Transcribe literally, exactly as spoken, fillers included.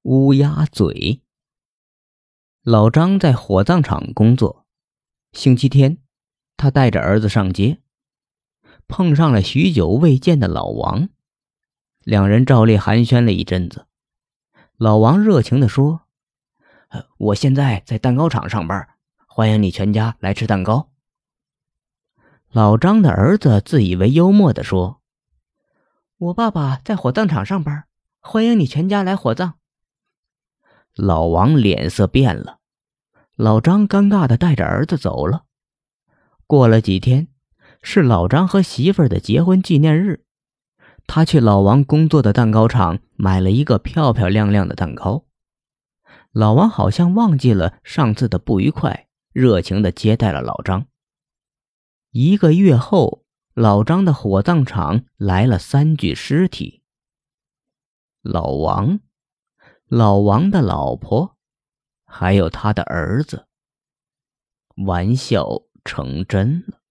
乌鸦嘴。老张在火葬场工作，星期天，他带着儿子上街，碰上了许久未见的老王，两人照例寒暄了一阵子。老王热情地说：“我现在在蛋糕厂上班，欢迎你全家来吃蛋糕。”老张的儿子自以为幽默地说：“我爸爸在火葬场上班，欢迎你全家来火葬。”老王脸色变了，老张尴尬地带着儿子走了。过了几天，是老张和媳妇儿的结婚纪念日，他去老王工作的蛋糕厂买了一个漂漂亮亮的蛋糕。老王好像忘记了上次的不愉快，热情地接待了老张。一个月后，老张的火葬场来了三具尸体。老王、老王的老婆，还有他的儿子。玩笑成真了。